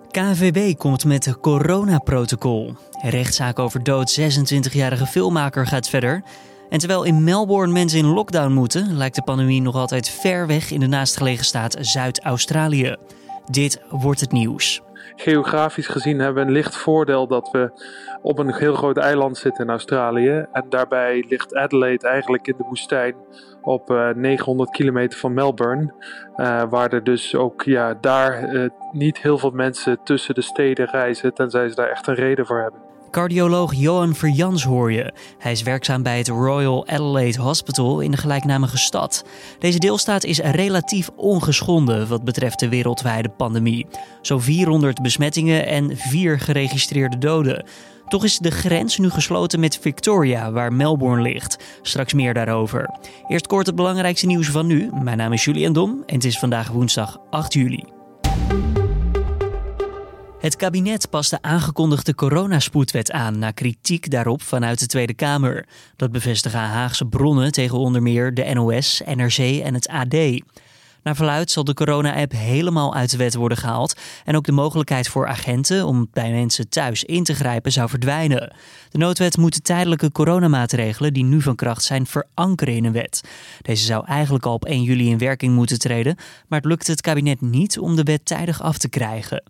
KNVB komt met een coronaprotocol. Rechtszaak over dood 26-jarige filmmaker gaat verder. En terwijl in Melbourne mensen in lockdown moeten, lijkt de pandemie nog altijd ver weg in de naastgelegen staat Zuid-Australië. Dit wordt het nieuws. Geografisch gezien hebben we een licht voordeel dat we op een heel groot eiland zitten in Australië. En daarbij ligt Adelaide eigenlijk in de woestijn op 900 kilometer van Melbourne. Waar er dus ook daar niet heel veel mensen tussen de steden reizen, tenzij ze daar echt een reden voor hebben. Cardioloog Johan Verjans hoor je. Hij is werkzaam bij het Royal Adelaide Hospital in de gelijknamige stad. Deze deelstaat is relatief ongeschonden wat betreft de wereldwijde pandemie. Zo'n 400 besmettingen en 4 geregistreerde doden. Toch is de grens nu gesloten met Victoria, waar Melbourne ligt. Straks meer daarover. Eerst kort het belangrijkste nieuws van nu. Mijn naam is Julian Dom en het is vandaag woensdag 8 juli. Het kabinet past de aangekondigde coronaspoedwet aan na kritiek daarop vanuit de Tweede Kamer. Dat bevestigen Haagse bronnen tegen onder meer de NOS, NRC en het AD. Naar verluidt zal de corona-app helemaal uit de wet worden gehaald en ook de mogelijkheid voor agenten om bij mensen thuis in te grijpen zou verdwijnen. De noodwet moet de tijdelijke coronamaatregelen die nu van kracht zijn verankeren in een wet. Deze zou eigenlijk al op 1 juli in werking moeten treden, maar het lukte het kabinet niet om de wet tijdig af te krijgen.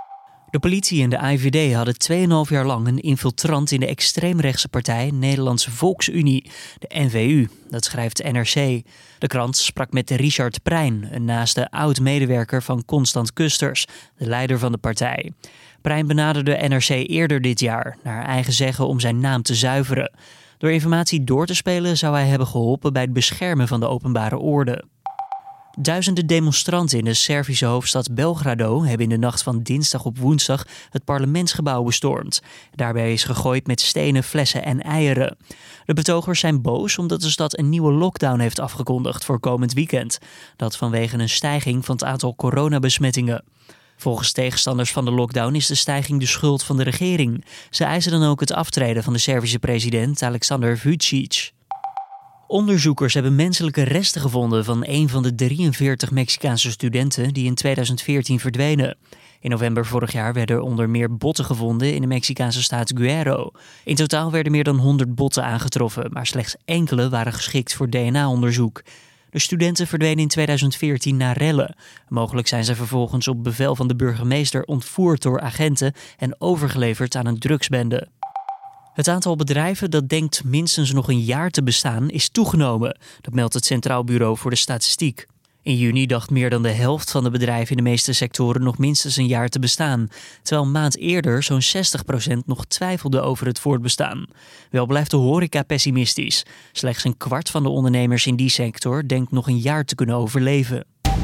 De politie en de AIVD hadden 2,5 jaar lang een infiltrant in de extreemrechtse partij Nederlandse Volksunie, de NVU. Dat schrijft NRC. De krant sprak met Richard Prein, een naaste oud-medewerker van Constant Kusters, de leider van de partij. Prein benaderde NRC eerder dit jaar, naar eigen zeggen om zijn naam te zuiveren. Door informatie door te spelen zou hij hebben geholpen bij het beschermen van de openbare orde. Duizenden demonstranten in de Servische hoofdstad Belgrado hebben in de nacht van dinsdag op woensdag het parlementsgebouw bestormd. Daarbij is gegooid met stenen, flessen en eieren. De betogers zijn boos omdat de stad een nieuwe lockdown heeft afgekondigd voor komend weekend. Dat vanwege een stijging van het aantal coronabesmettingen. Volgens tegenstanders van de lockdown is de stijging de schuld van de regering. Ze eisen dan ook het aftreden van de Servische president Aleksandar Vučić. Onderzoekers hebben menselijke resten gevonden van een van de 43 Mexicaanse studenten die in 2014 verdwenen. In november vorig jaar werden er onder meer botten gevonden in de Mexicaanse staat Guerrero. In totaal werden meer dan 100 botten aangetroffen, maar slechts enkele waren geschikt voor DNA-onderzoek. De studenten verdwenen in 2014 naar rellen. Mogelijk zijn ze vervolgens op bevel van de burgemeester ontvoerd door agenten en overgeleverd aan een drugsbende. Het aantal bedrijven dat denkt minstens nog een jaar te bestaan is toegenomen. Dat meldt het Centraal Bureau voor de Statistiek. In juni dacht meer dan de helft van de bedrijven in de meeste sectoren nog minstens een jaar te bestaan. Terwijl een maand eerder zo'n 60% nog twijfelde over het voortbestaan. Wel blijft de horeca pessimistisch. Slechts een kwart van de ondernemers in die sector denkt nog een jaar te kunnen overleven.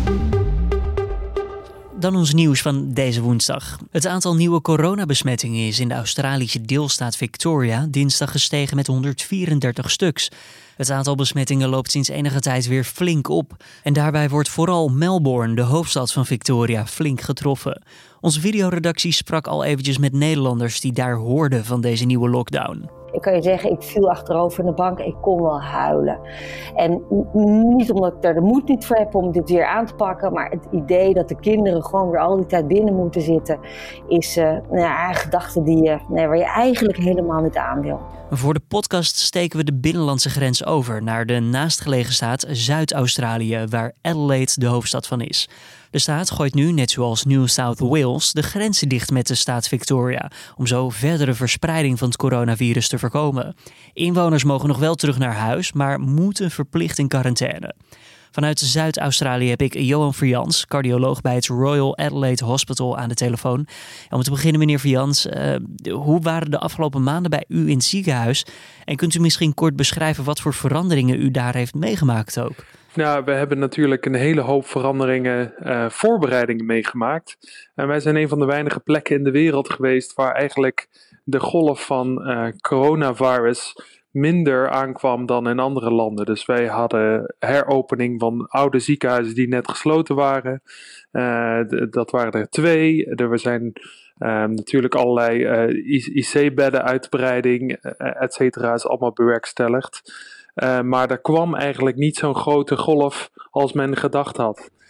Dan ons nieuws van deze woensdag. Het aantal nieuwe coronabesmettingen is in de Australische deelstaat Victoria dinsdag gestegen met 134 stuks. Het aantal besmettingen loopt sinds enige tijd weer flink op. En daarbij wordt vooral Melbourne, de hoofdstad van Victoria, flink getroffen. Onze videoredactie sprak al eventjes met Nederlanders die daar hoorden van deze nieuwe lockdown. Ik kan je zeggen, ik viel achterover in de bank en ik kon wel huilen. En niet omdat ik er de moed niet voor heb om dit weer aan te pakken, maar het idee dat de kinderen gewoon weer al die tijd binnen moeten zitten, is een gedachte waar je eigenlijk helemaal niet aan wil. Voor de podcast steken we de binnenlandse grens over naar de naastgelegen staat Zuid-Australië, waar Adelaide de hoofdstad van is. De staat gooit nu, net zoals New South Wales, de grenzen dicht met de staat Victoria, om zo verdere verspreiding van het coronavirus te voorkomen. Inwoners mogen nog wel terug naar huis, maar moeten verplicht in quarantaine. Vanuit Zuid-Australië heb ik Johan Verjans, cardioloog bij het Royal Adelaide Hospital, aan de telefoon. Om te beginnen, meneer Verjans, hoe waren de afgelopen maanden bij u in het ziekenhuis? En kunt u misschien kort beschrijven wat voor veranderingen u daar heeft meegemaakt ook? Nou, we hebben natuurlijk een hele hoop veranderingen, voorbereidingen meegemaakt. En wij zijn een van de weinige plekken in de wereld geweest waar eigenlijk de golf van coronavirus minder aankwam dan in andere landen. Dus wij hadden heropening van oude ziekenhuizen die net gesloten waren. Dat waren er 2. Er zijn natuurlijk allerlei IC-bedden uitbreiding, et cetera, is allemaal bewerkstelligd. Maar er kwam eigenlijk niet zo'n grote golf als men gedacht had.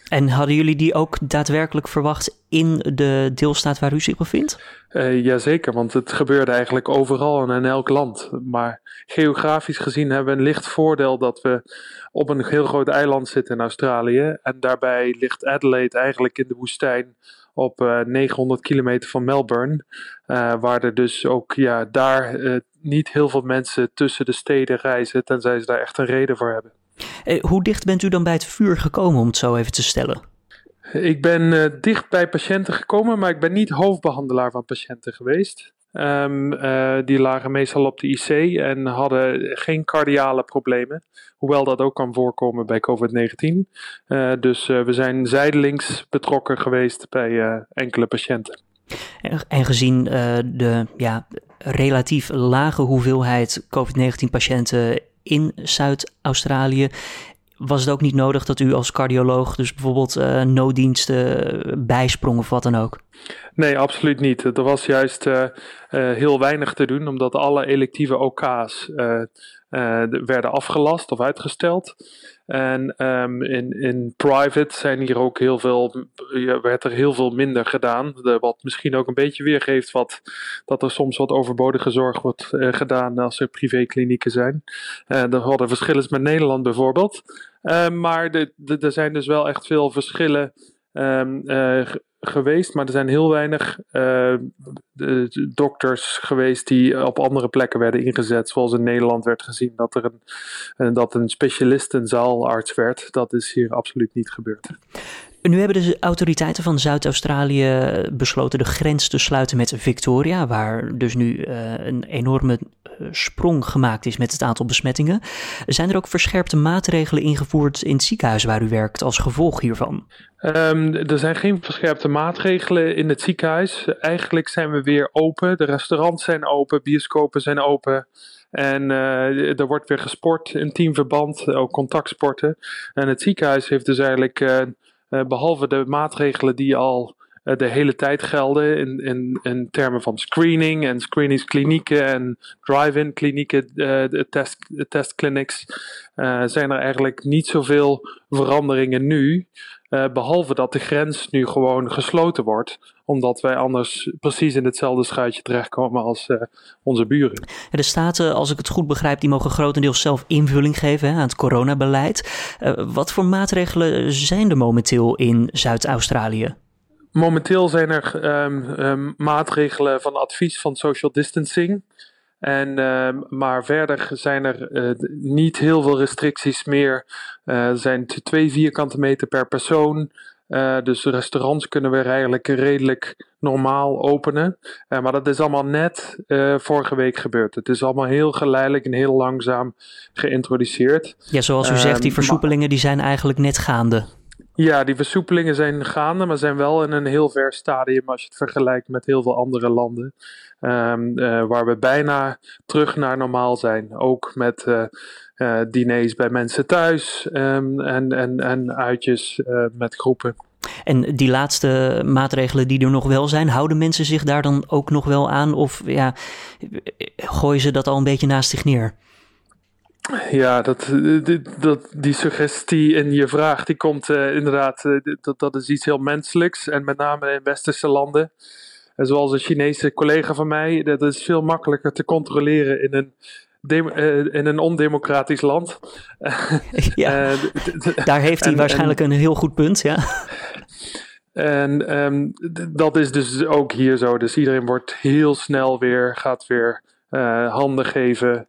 En hadden jullie die ook daadwerkelijk verwacht in de deelstaat waar u zich bevindt? Jazeker, want het gebeurde eigenlijk overal en in elk land. Maar geografisch gezien hebben we een licht voordeel dat we op een heel groot eiland zitten in Australië. En daarbij ligt Adelaide eigenlijk in de woestijn op 900 kilometer van Melbourne. Waar er dus ook daar niet heel veel mensen tussen de steden reizen, tenzij ze daar echt een reden voor hebben. Hoe dicht bent u dan bij het vuur gekomen, om het zo even te stellen? Ik ben dicht bij patiënten gekomen, maar ik ben niet hoofdbehandelaar van patiënten geweest. Die lagen meestal op de IC en hadden geen cardiale problemen. Hoewel dat ook kan voorkomen bij COVID-19. Dus we zijn zijdelings betrokken geweest bij enkele patiënten. En gezien de relatief lage hoeveelheid COVID-19-patiënten in Zuid-Australië, was het ook niet nodig dat u als cardioloog dus bijvoorbeeld nooddiensten bijsprong of wat dan ook? Nee, absoluut niet. Er was juist heel weinig te doen, omdat alle electieve OK's werden afgelast of uitgesteld. En in private werd er heel veel minder gedaan. Wat misschien ook een beetje weergeeft dat er soms wat overbodige zorg wordt gedaan als er privéklinieken zijn. Er hadden verschillen met Nederland bijvoorbeeld. Maar er zijn dus wel echt veel verschillen geweest, maar er zijn heel weinig dokters geweest die op andere plekken werden ingezet, zoals in Nederland werd gezien dat een specialist een zaalarts werd. Dat is hier absoluut niet gebeurd. Nu hebben de autoriteiten van Zuid-Australië besloten de grens te sluiten met Victoria, waar dus nu een enorme sprong gemaakt is met het aantal besmettingen. Zijn er ook verscherpte maatregelen ingevoerd in het ziekenhuis waar u werkt als gevolg hiervan? Er zijn geen verscherpte maatregelen in het ziekenhuis. Eigenlijk zijn we weer open. De restaurants zijn open, bioscopen zijn open. En er wordt weer gesport in teamverband, ook contactsporten. En het ziekenhuis heeft dus eigenlijk, behalve de maatregelen die al de hele tijd gelden in termen van screening en screeningsklinieken en drive-in klinieken, testclinics, zijn er eigenlijk niet zoveel veranderingen nu. Behalve dat de grens nu gewoon gesloten wordt, omdat wij anders precies in hetzelfde schuitje terechtkomen als onze buren. De staten, als ik het goed begrijp, die mogen grotendeels zelf invulling geven aan het coronabeleid. Wat voor maatregelen zijn er momenteel in Zuid-Australië? Momenteel zijn er maatregelen van advies van social distancing. Maar verder zijn er niet heel veel restricties meer. Er zijn 2 vierkante meter per persoon. Dus restaurants kunnen weer eigenlijk redelijk normaal openen. Maar dat is allemaal net vorige week gebeurd. Het is allemaal heel geleidelijk en heel langzaam geïntroduceerd. Ja, zoals u zegt, die versoepelingen die zijn eigenlijk net gaande. Ja, die versoepelingen zijn gaande, maar zijn wel in een heel ver stadium als je het vergelijkt met heel veel andere landen. Waar we bijna terug naar normaal zijn. Ook met diners bij mensen thuis en uitjes met groepen. En die laatste maatregelen die er nog wel zijn, houden mensen zich daar dan ook nog wel aan? Of gooien ze dat al een beetje naast zich neer? Ja, die suggestie in je vraag, die komt inderdaad, dat is iets heel menselijks. En met name in westerse landen. En zoals een Chinese collega van mij, dat is veel makkelijker te controleren in een ondemocratisch land. Ja, daar heeft hij waarschijnlijk een heel goed punt, ja. En dat is dus ook hier zo. Dus iedereen wordt heel snel gaat weer handen geven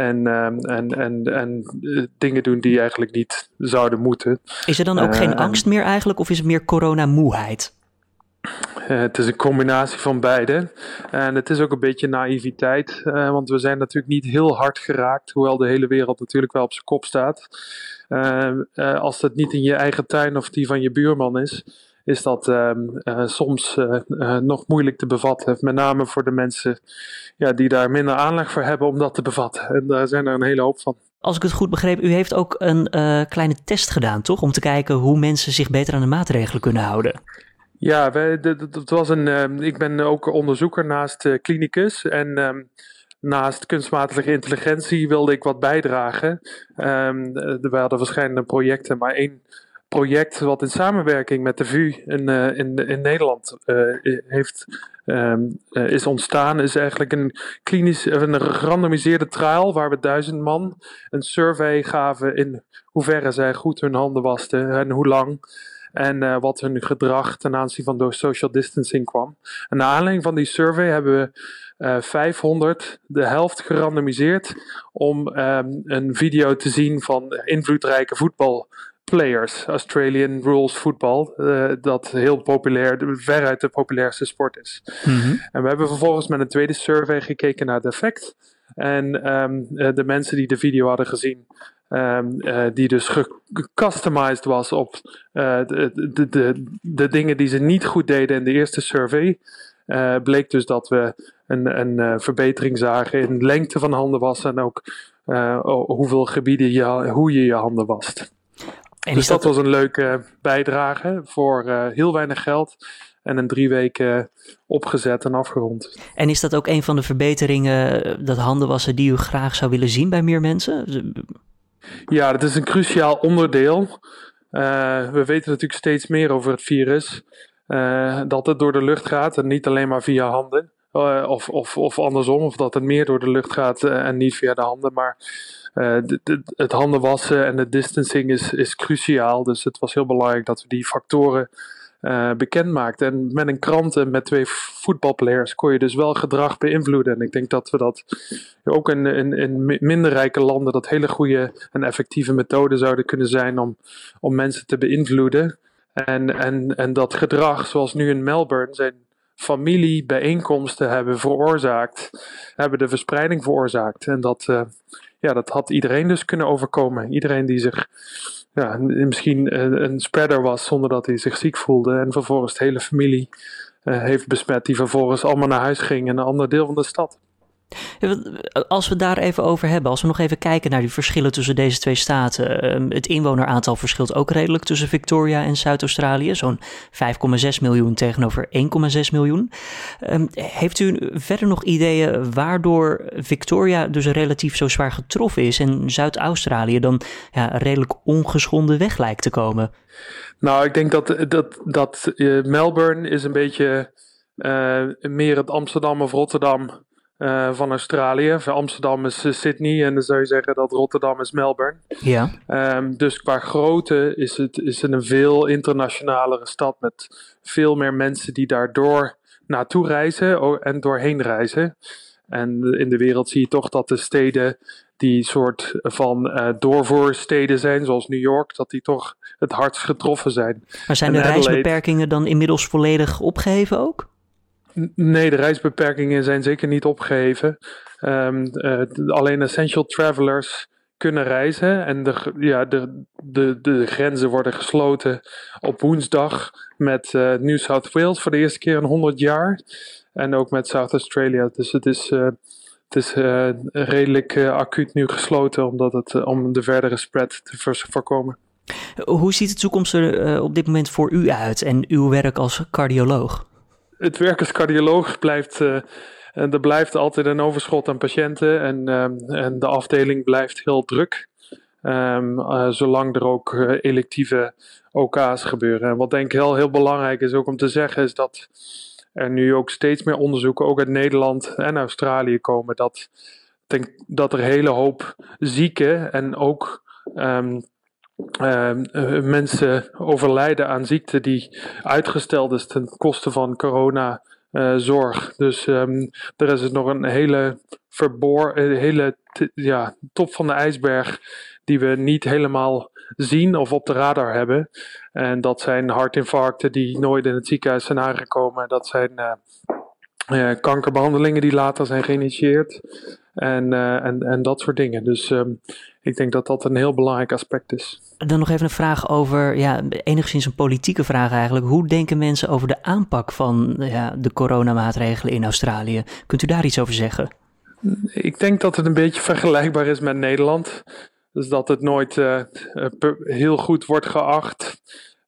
en dingen doen die eigenlijk niet zouden moeten. Is er dan ook geen angst meer eigenlijk, of is het meer coronamoeheid? Het is een combinatie van beide. En het is ook een beetje naïviteit, want we zijn natuurlijk niet heel hard geraakt, hoewel de hele wereld natuurlijk wel op zijn kop staat. Als het niet in je eigen tuin of die van je buurman is dat soms nog moeilijk te bevatten. Met name voor de mensen die daar minder aanleg voor hebben om dat te bevatten. En daar zijn er een hele hoop van. Als ik het goed begreep, u heeft ook een kleine test gedaan, toch? Om te kijken hoe mensen zich beter aan de maatregelen kunnen houden. Ja, ik ben ook onderzoeker naast klinicus en naast kunstmatige intelligentie wilde ik wat bijdragen. We hadden verschillende projecten, maar één project wat in samenwerking met de VU in Nederland is ontstaan, is eigenlijk een gerandomiseerde trial waar we 1000 man een survey gaven in hoeverre zij goed hun handen wasten en hoe lang. En wat hun gedrag ten aanzien van de social distancing kwam. En naar aanleiding van die survey hebben we 500, de helft gerandomiseerd, om een video te zien van invloedrijke voetbalplayers. Australian rules football, dat heel populair, veruit de populairste sport is. Mm-hmm. En we hebben vervolgens met een tweede survey gekeken naar het effect. En de mensen die de video hadden gezien, die dus gecustomized was op de dingen die ze niet goed deden in de eerste survey, bleek dus dat we een verbetering zagen in lengte van handen wassen en ook hoeveel gebieden hoe je je handen wast. En dus dat was een leuke bijdrage voor heel weinig geld en in 3 weken opgezet en afgerond. En is dat ook een van de verbeteringen, dat handen wassen, die u graag zou willen zien bij meer mensen? Ja, dat is een cruciaal onderdeel. We weten natuurlijk steeds meer over het virus. Dat het door de lucht gaat en niet alleen maar via handen. Of andersom, of dat het meer door de lucht gaat en niet via de handen. Maar het handen wassen en de distancing is cruciaal. Dus het was heel belangrijk dat we die factoren bekend maakten. En met een krant en met 2 voetbalplayers kon je dus wel gedrag beïnvloeden. En ik denk dat we dat ook in minder rijke landen dat hele goede en effectieve methoden zouden kunnen zijn om mensen te beïnvloeden. En dat gedrag, zoals nu in Melbourne, zijn familiebijeenkomsten hebben de verspreiding veroorzaakt. En dat had iedereen dus kunnen overkomen. Iedereen die zich misschien een spreader was zonder dat hij zich ziek voelde. En vervolgens de hele familie heeft besmet, die vervolgens allemaal naar huis ging in een ander deel van de stad. Als we het daar even over hebben, als we nog even kijken naar die verschillen tussen deze 2 staten. Het inwoneraantal verschilt ook redelijk tussen Victoria en Zuid-Australië. Zo'n 5,6 miljoen tegenover 1,6 miljoen. Heeft u verder nog ideeën waardoor Victoria dus relatief zo zwaar getroffen is en Zuid-Australië dan redelijk ongeschonden weg lijkt te komen? Nou, ik denk dat Melbourne is een beetje meer het Amsterdam of Rotterdam van Australië. Voor Amsterdam is Sydney en dan zou je zeggen dat Rotterdam is Melbourne. Ja. Dus qua grootte is het een veel internationalere stad met veel meer mensen die daardoor naartoe reizen en doorheen reizen. En in de wereld zie je toch dat de steden die soort van doorvoersteden zijn, zoals New York, dat die toch het hardst getroffen zijn. Maar zijn de reisbeperkingen dan inmiddels volledig opgeheven ook? Nee, de reisbeperkingen zijn zeker niet opgeheven. Alleen essential travelers kunnen reizen. En de grenzen worden gesloten op woensdag met New South Wales voor de eerste keer in 100 jaar. En ook met South Australia. Dus het is redelijk acuut nu gesloten om de verdere spread te voorkomen. Hoe ziet de toekomst er op dit moment voor u uit en uw werk als cardioloog? Het werk als cardioloog er blijft altijd een overschot aan patiënten en de afdeling blijft heel druk. Zolang er ook electieve OK's gebeuren. En wat denk ik heel belangrijk is ook om te zeggen, is dat er nu ook steeds meer onderzoeken, ook uit Nederland en Australië komen, dat er hele hoop zieken en ook mensen overlijden aan ziekte die uitgesteld is ten koste van coronazorg. Dus er is nog een hele top van de ijsberg die we niet helemaal zien of op de radar hebben. En dat zijn hartinfarcten die nooit in het ziekenhuis zijn aangekomen. Dat zijn kankerbehandelingen die later zijn geïnitieerd. En dat soort dingen. Dus ik denk dat dat een heel belangrijk aspect is. Dan nog even een vraag over, enigszins een politieke vraag eigenlijk. Hoe denken mensen over de aanpak van de coronamaatregelen in Australië? Kunt u daar iets over zeggen? Ik denk dat het een beetje vergelijkbaar is met Nederland. Dus dat het nooit heel goed wordt geacht.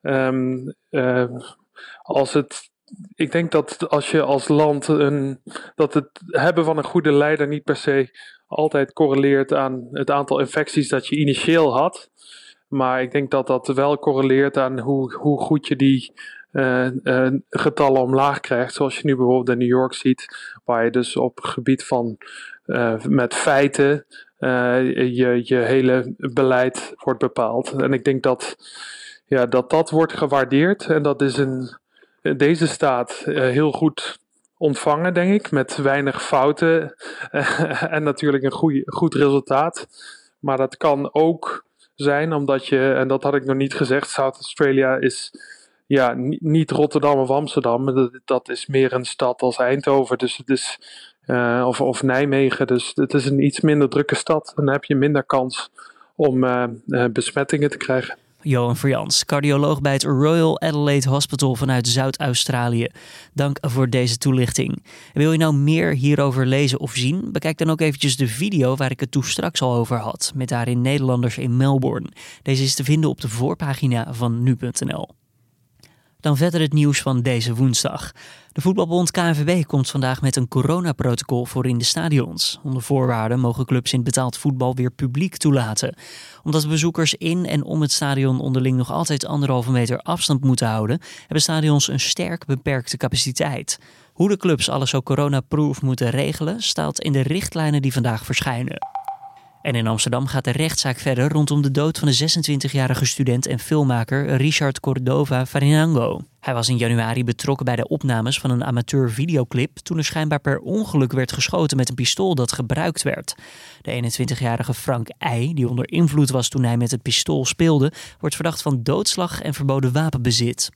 Ik denk dat als je als land dat het hebben van een goede leider niet per se altijd correleert aan het aantal infecties dat je initieel had. Maar ik denk dat dat wel correleert aan hoe goed je die getallen omlaag krijgt. Zoals je nu bijvoorbeeld in New York ziet, waar je dus op het gebied van met feiten je hele beleid wordt bepaald. En ik denk dat wordt gewaardeerd. En dat is in deze staat heel goed ontvangen, denk ik. Met weinig fouten en natuurlijk een goed resultaat. Maar dat kan ook zijn omdat je, en dat had ik nog niet gezegd, South Australia is niet Rotterdam of Amsterdam. Dat is meer een stad als Eindhoven. Dus het is of Nijmegen. Dus het is een iets minder drukke stad. En dan heb je minder kans om besmettingen te krijgen. Johan Verjans, cardioloog bij het Royal Adelaide Hospital vanuit Zuid-Australië. Dank voor deze toelichting. En wil je nou meer hierover lezen of zien? Bekijk dan ook eventjes de video waar ik het toen straks al over had, met daarin Nederlanders in Melbourne. Deze is te vinden op de voorpagina van nu.nl. Dan verder het nieuws van deze woensdag. De voetbalbond KNVB komt vandaag met een coronaprotocol voor in de stadions. Onder voorwaarden mogen clubs in betaald voetbal weer publiek toelaten. Omdat bezoekers in en om het stadion onderling nog altijd 1,5 meter afstand moeten houden, hebben stadions een sterk beperkte capaciteit. Hoe de clubs alles zo coronaproof moeten regelen, staat in de richtlijnen die vandaag verschijnen. En in Amsterdam gaat de rechtszaak verder rondom de dood van de 26-jarige student en filmmaker Richard Cordova Farinango. Hij was in januari betrokken bij de opnames van een amateur videoclip toen er schijnbaar per ongeluk werd geschoten met een pistool dat gebruikt werd. De 21-jarige Frank I, die onder invloed was toen hij met het pistool speelde, wordt verdacht van doodslag en verboden wapenbezit.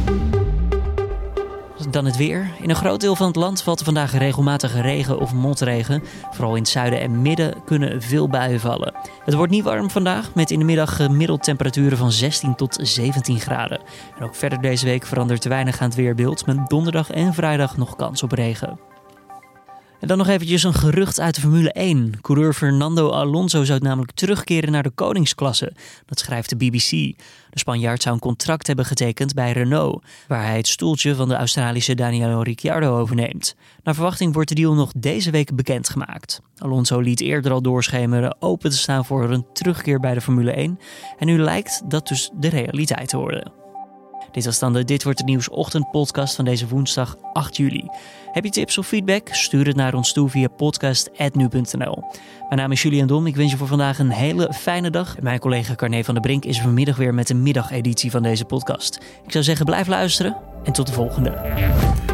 Dan het weer. In een groot deel van het land valt er vandaag regelmatige regen of motregen. Vooral in het zuiden en midden kunnen veel buien vallen. Het wordt niet warm vandaag, met in de middag gemiddeld temperaturen van 16 tot 17 graden. En ook verder deze week verandert te weinig aan het weerbeeld, met donderdag en vrijdag nog kans op regen. En dan nog eventjes een gerucht uit de Formule 1. Coureur Fernando Alonso zou namelijk terugkeren naar de koningsklasse. Dat schrijft de BBC. De Spanjaard zou een contract hebben getekend bij Renault, waar hij het stoeltje van de Australische Daniel Ricciardo overneemt. Naar verwachting wordt de deal nog deze week bekendgemaakt. Alonso liet eerder al doorschemeren open te staan voor een terugkeer bij de Formule 1. En nu lijkt dat dus de realiteit te worden. Dit was dan de Dit Wordt Het Nieuws ochtendpodcast van deze woensdag 8 juli. Heb je tips of feedback? Stuur het naar ons toe via podcast@nu.nl. Mijn naam is Julian Dom. Ik wens je voor vandaag een hele fijne dag. En mijn collega Carne van der Brink is vanmiddag weer met de middageditie van deze podcast. Ik zou zeggen, blijf luisteren en tot de volgende.